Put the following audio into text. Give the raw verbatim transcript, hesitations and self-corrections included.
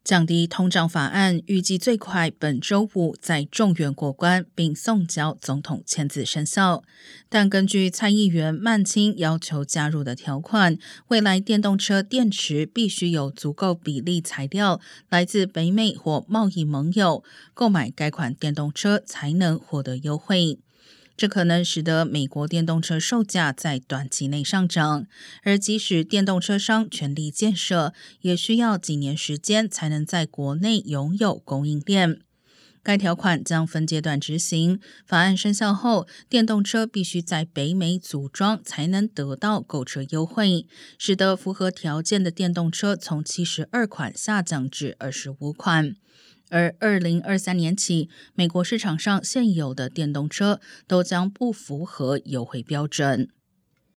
降低通胀法案预计最快本周五在众院过关，并送交总统签字生效。但根据参议员曼青要求加入的条款，未来电动车电池必须有足够比例材料来自北美或贸易盟友，购买该款电动车才能获得优惠。这可能使得美国电动车售价在短期内上涨，而即使电动车商全力建设，也需要几年时间才能在国内拥有供应链。该条款将分阶段执行，法案生效后，电动车必须在北美组装才能得到购车优惠，使得符合条件的电动车从七十二款下降至二十五款。而二零二三年起，美国市场上现有的电动车都将不符合优惠标准。